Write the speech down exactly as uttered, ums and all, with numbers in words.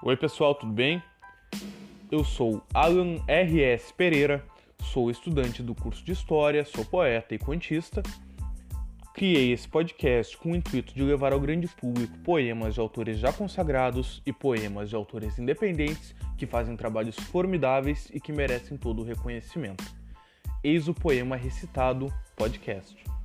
Oi pessoal, tudo bem? Eu sou Alan R S Pereira, sou estudante do curso de História, sou poeta e contista. Criei esse podcast com o intuito de levar ao grande público poemas de autores já consagrados e poemas de autores independentes que fazem trabalhos formidáveis e que merecem todo o reconhecimento. Eis o Poema Recitado Podcast.